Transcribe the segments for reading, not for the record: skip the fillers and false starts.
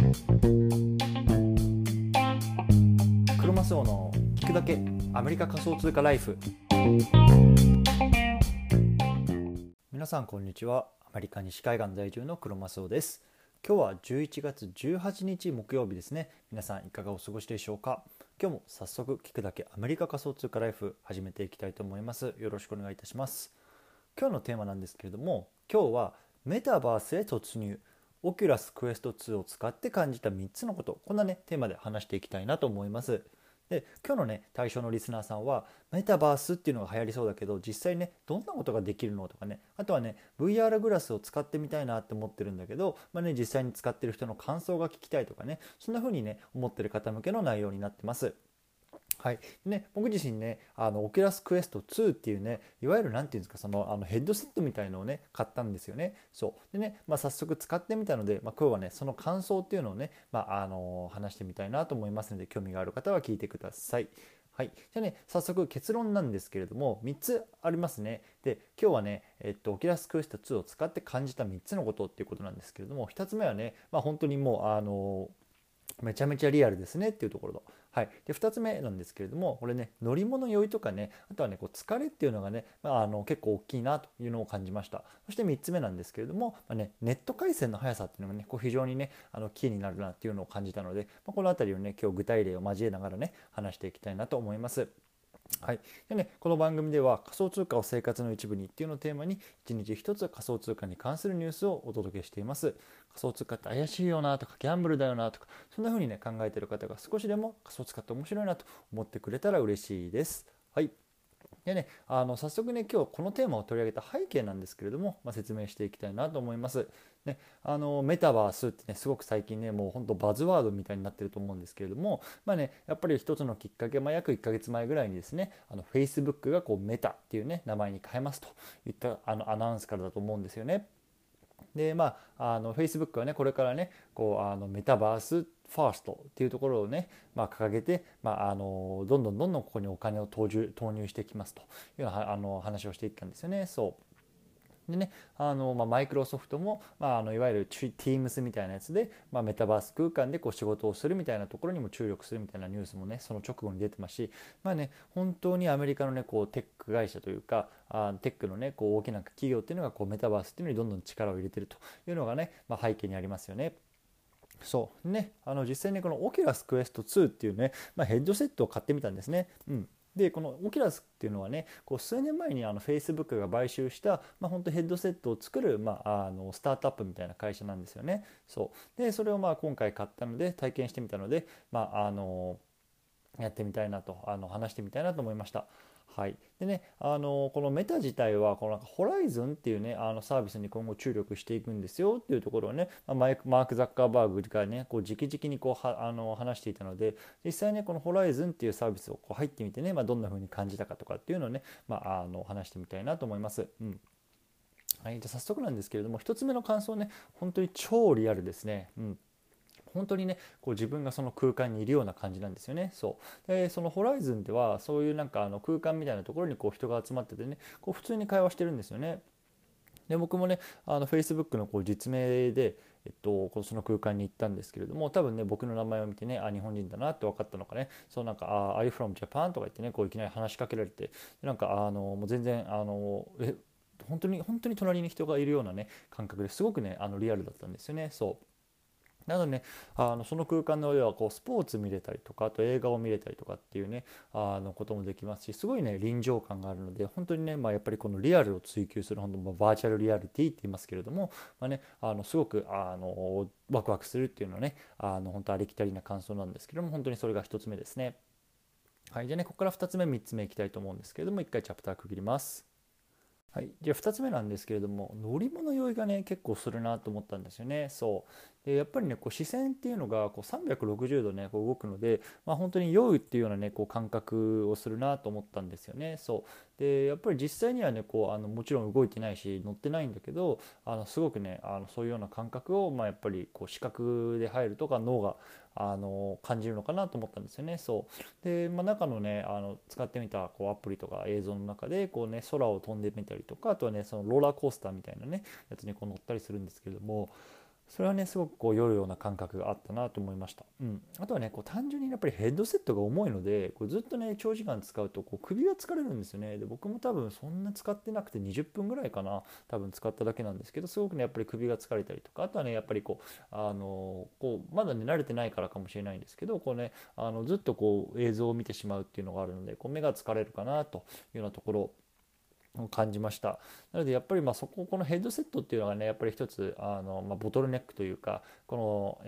クロマスオの聞くだけアメリカ仮想通貨ライフ。皆さんこんにちは。アメリカ西海岸在住のクロマスオです。今日は11月18日木曜日ですね。皆さんいかがお過ごしでしょうか。今日も早速聞くだけアメリカ仮想通貨ライフ始めていきたいと思います。よろしくお願いいたします。今日のテーマなんですけれども、今日はメタバースへ突入、オキュラスクエスト2を使って感じた3つのこと、こんなねテーマで話していきたいなと思います。で、今日のね対象のリスナーさんはメタバースっていうのが流行りそうだけど、実際ねどんなことができるのとかね、あとはね VR グラスを使ってみたいなって思ってるんだけど、実際に使ってる人の感想が聞きたいとかね、そんな風にね思ってる方向けの内容になってます。はい。僕自身ね、オキュラスクエスト2っていうね、いわゆるなんていうんですか、ヘッドセットみたいのをね、買ったんですよね。そう。でね、早速使ってみたので、今日はね、その感想っていうのをね、話してみたいなと思いますので、興味がある方は聞いてください。はい。じゃあね、早速結論なんですけれども、3つありますね。で、今日はね、オキュラスクエスト2を使って感じた3つのことっていうことなんですけれども、1つ目はね、本当にもう、めちゃめちゃリアルですねっていうところと、はい、で2つ目なんですけれども、これね乗り物酔いとかね、あとはねこう疲れっていうのがね、結構大きいなというのを感じました。そして3つ目なんですけれども、ネット回線の速さっていうのがねこう非常にねキーになるなっていうのを感じたので、この辺りをね今日具体例を交えながらね話していきたいなと思います。はい。でね、この番組では仮想通貨を生活の一部にっていうのをテーマに一日一つ仮想通貨に関するニュースをお届けしています。仮想通貨って怪しいよなとかギャンブルだよなとか、そんな風にね考えている方が少しでも仮想通貨って面白いなと思ってくれたら嬉しいです。はい。でね、早速ね今日このテーマを取り上げた背景なんですけれども、説明していきたいなと思います。ね、メタバースってねすごく最近ねもう本当バズワードみたいになってると思うんですけれども、やっぱり一つのきっかけ、約1ヶ月前ぐらいにですねFacebook がこうメタっていうね名前に変えますといったアナウンスからだと思うんですよね。でFacebook はねこれからねこうメタバースファーストっていうところをね、掲げて、どんどんここにお金を投入していきますというような話をしていったんですよね。そうでね、マイクロソフトも、いわゆる Teams みたいなやつで、メタバース空間でこう仕事をするみたいなところにも注力するみたいなニュースもねその直後に出てますし、本当にアメリカのねこうテック会社というかテックのねこう大きな企業っていうのがこうメタバースっていうのにどんどん力を入れてるというのがね、背景にありますよね。そうね、実際にこのオキュラスクエスト2っていうね、ヘッドセットを買ってみたんですね。でこのオキュラスっていうのはねこう数年前にFacebook が買収した、本当ヘッドセットを作る、スタートアップみたいな会社なんですよね。そうでそれを今回買ったので体験してみたので、やってみたいなと話してみたいなと思いました。はい。でね、このメタ自体はこのなんかホライズンっていうねサービスに今後注力していくんですよっていうところをね、マーク・ザッカーバーグがねこう直々にこう話していたので、実際ねこのホライズンっていうサービスをこう入ってみてね、どんな風に感じたかとかっていうのをね、話してみたいなと思います。はい。じゃあ早速なんですけれども、一つ目の感想ね、本当に超リアルですね。本当にねこう自分がその空間にいるような感じなんですよね。でそのホライズンではそういうなんか空間みたいなところにこう人が集まっててねこう普通に会話してるんですよね。で僕もねFacebook のこう実名で、その空間に行ったんですけれども、多分ね僕の名前を見てね日本人だなって分かったのかね、そうなんかAre you from Japan? とか言ってねこういきなり話しかけられて、なんかもう全然本当に隣に人がいるようなね感覚ですごくねリアルだったんですよね。なのでね、その空間の上はこうスポーツ見れたりとか、あと映画を見れたりとかっていうね、こともできますし、すごいね、臨場感があるので、本当にね、やっぱりこのリアルを追求する、本当、バーチャルリアリティって言いますけれども、すごく、ワクワクするっていうのはね、本当ありきたりな感想なんですけども、本当にそれが一つ目ですね。はい、じゃあね、ここから二つ目、三つ目いきたいと思うんですけれども、一回チャプター区切ります。はい、じゃあ2つ目なんですけれども、乗り物酔いがね結構するなと思ったんですよね。でやっぱりねこう視線っていうのがこう360度ねこう動くので、本当に酔うっていうようなねこう感覚をするなと思ったんですよね。でやっぱり実際にはねこうもちろん動いてないし乗ってないんだけど、すごくねそういうような感覚を、やっぱりこう視覚で入るとか脳が感じるのかなと思ったんですよね。で、中のね使ってみたこうアプリとか映像の中でこうね空を飛んでみたりとか、あとはねそのローラーコースターみたいなねやつにこう乗ったりするんですけれども、 それはねすごくこう良いような感覚があったなと思いました。あとはねこう単純にやっぱりヘッドセットが重いのでこうずっとね長時間使うとこう首が疲れるんですよね。で僕も多分そんな使ってなくて20分ぐらいかな、多分使っただけなんですけど、すごくねやっぱり首が疲れたりとか、あとはねやっぱりこうまだね慣れてないからかもしれないんですけど、こうねずっとこう映像を見てしまうっていうのがあるのでこう目が疲れるかなというようなところを感じました。なのでやっぱりこのヘッドセットっていうのがねやっぱり一つボトルネックというか、この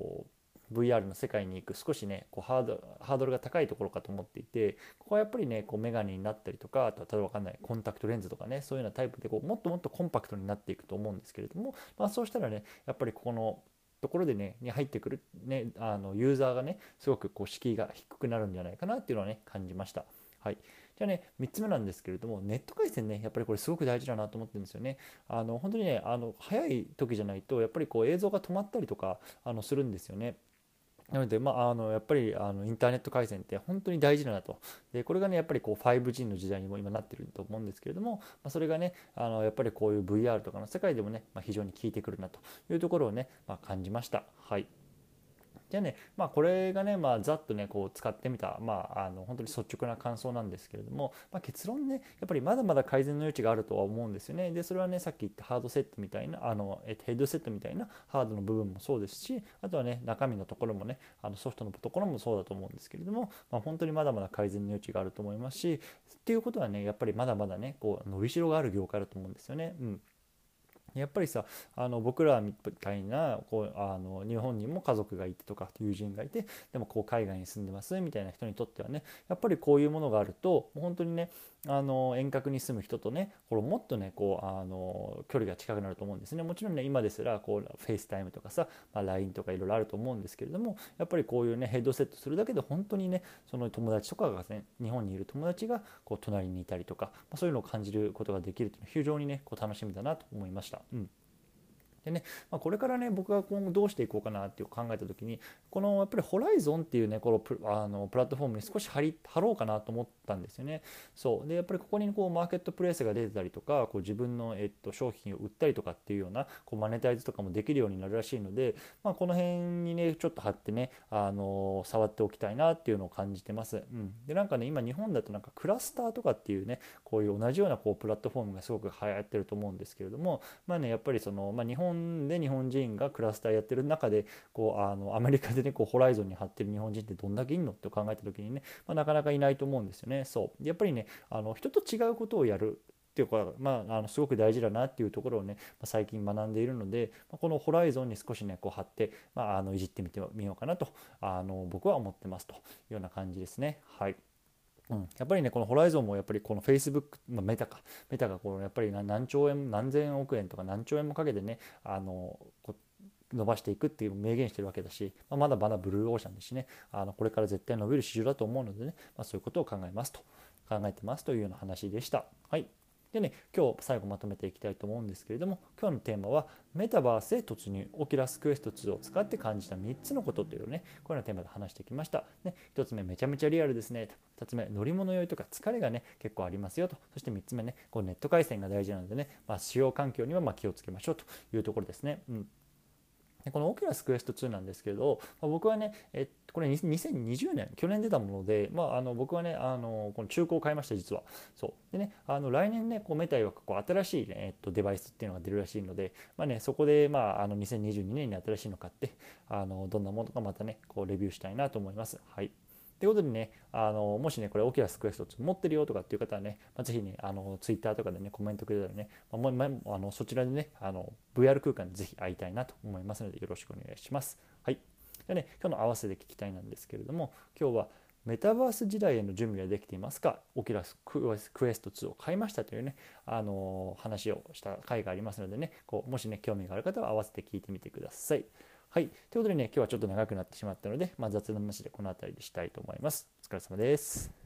VR の世界に行く少しねこうハードルが高いところかと思っていて、ここはやっぱりねこうメガネになったりとか、あとは例えばわかんないコンタクトレンズとかね、そういうようなタイプでこうもっともっとコンパクトになっていくと思うんですけれども、そうしたらねやっぱりここのところでねに入ってくるねユーザーがねすごくこう敷居が低くなるんじゃないかなっていうのはね感じました。はい、じゃあね3つ目なんですけれども、ネット回線ねやっぱりこれすごく大事だなと思ってるんですよね。本当にね早い時じゃないとやっぱりこう映像が止まったりとかするんですよね。なので、やっぱりインターネット回線って本当に大事だなと。で、これがね、やっぱりこう 5G の時代にも今なってると思うんですけれども、それがね、やっぱりこういう VR とかの世界でもね、非常に効いてくるなというところをね、感じました。はい。じゃあね、これがね、ざっとね、こう使ってみた、本当に率直な感想なんですけれども、結論ね、やっぱりまだまだ改善の余地があるとは思うんですよね。で、それはね、さっき言ったハードセットみたいな、ヘッドセットみたいなハードの部分もそうですし、あとはね、中身のところもね、ソフトのところもそうだと思うんですけれども、本当にまだまだ改善の余地があると思いますし、っていうことはね、やっぱりまだまだね、こう伸びしろがある業界だと思うんですよね。やっぱりさ僕らみたいなこう日本にも家族がいてとか友人がいて、でもこう海外に住んでますみたいな人にとってはねやっぱりこういうものがあると本当にね遠隔に住む人とねこれもっとねこう距離が近くなると思うんですね。もちろんね今ですらこうフェイスタイムとかさ、LINE とかいろいろあると思うんですけれども、やっぱりこういうねヘッドセットするだけで本当にねその友達とかがね日本にいる友達がこう隣にいたりとか、そういうのを感じることができるというのは非常にねこう楽しみだなと思いました。でねこれからね僕が今後どうしていこうかなって考えた時に、このやっぱりホライゾンっていうねこのプラットフォームに少し貼ろうかなと思ったんですよね。そうでやっぱりここにこうマーケットプレイスが出てたりとか、こう自分の、商品を売ったりとかっていうようなこうマネタイズとかもできるようになるらしいので、この辺にねちょっと貼ってね触っておきたいなっていうのを感じてます。でなんかね今日本だとなんかクラスターとかっていうねこういう同じようなこうプラットフォームがすごく流行ってると思うんですけれども、やっぱり日本で日本人がクラスターやってる中でこうアメリカでねこうホライゾンに張ってる日本人ってどんだけいんのって考えた時にね、なかなかいないと思うんですよね。そうやっぱりね人と違うことをやるっていうか、すごく大事だなっていうところをね、最近学んでいるので、このホライゾンに少しねこう貼って、いじってみようかなと僕は思ってますというような感じですね。はい。やっぱりねこのホライゾンもやっぱりこの Facebook、メタがこのやっぱり何兆円何千億円とか何兆円もかけてね伸ばしていくっていう明言してるわけだし、まだまだブルーオーシャンですしねこれから絶対伸びる市場だと思うのでね、そういうことを考えてますというような話でした。はい。でね、今日最後まとめていきたいと思うんですけれども、今日のテーマはメタバースへ突入、オキュラスクエスト2を使って感じた3つのことというね、こういうようなテーマで話してきました。ね、1つ目、めちゃめちゃリアルですね。2つ目、乗り物酔いとか疲れがね、結構ありますよと。そして3つ目ね、こうネット回線が大事なのでね、使用環境には気をつけましょうというところですね。でこのオキュラスクエスト2なんですけど、僕はね、これ2020年、去年出たもので、僕はね、この中古を買いました、実は。そう。でね、来年ね、こうメタイはこう新しい、ねデバイスっていうのが出るらしいので、そこで、2022年に新しいの買って、どんなものかまたね、こうレビューしたいなと思います。はい。ということでね、もしね、これ、オキュラスクエスト持ってるよとかっていう方はね、ぜひね、ツイッターとかでね、コメントくれたらね、そちらでね、VR 空間でぜひ会いたいなと思いますので、よろしくお願いします。はい。でね、今日の合わせて聞きたいなんですけれども、今日は、メタバース時代への準備はできていますか？オキュラスクエスト2を買いましたというね、話をした回がありますのでね、もしね、興味がある方は合わせて聞いてみてください。はい。ということでね、今日はちょっと長くなってしまったので、雑談なしでこの辺りでしたいと思います。お疲れ様です。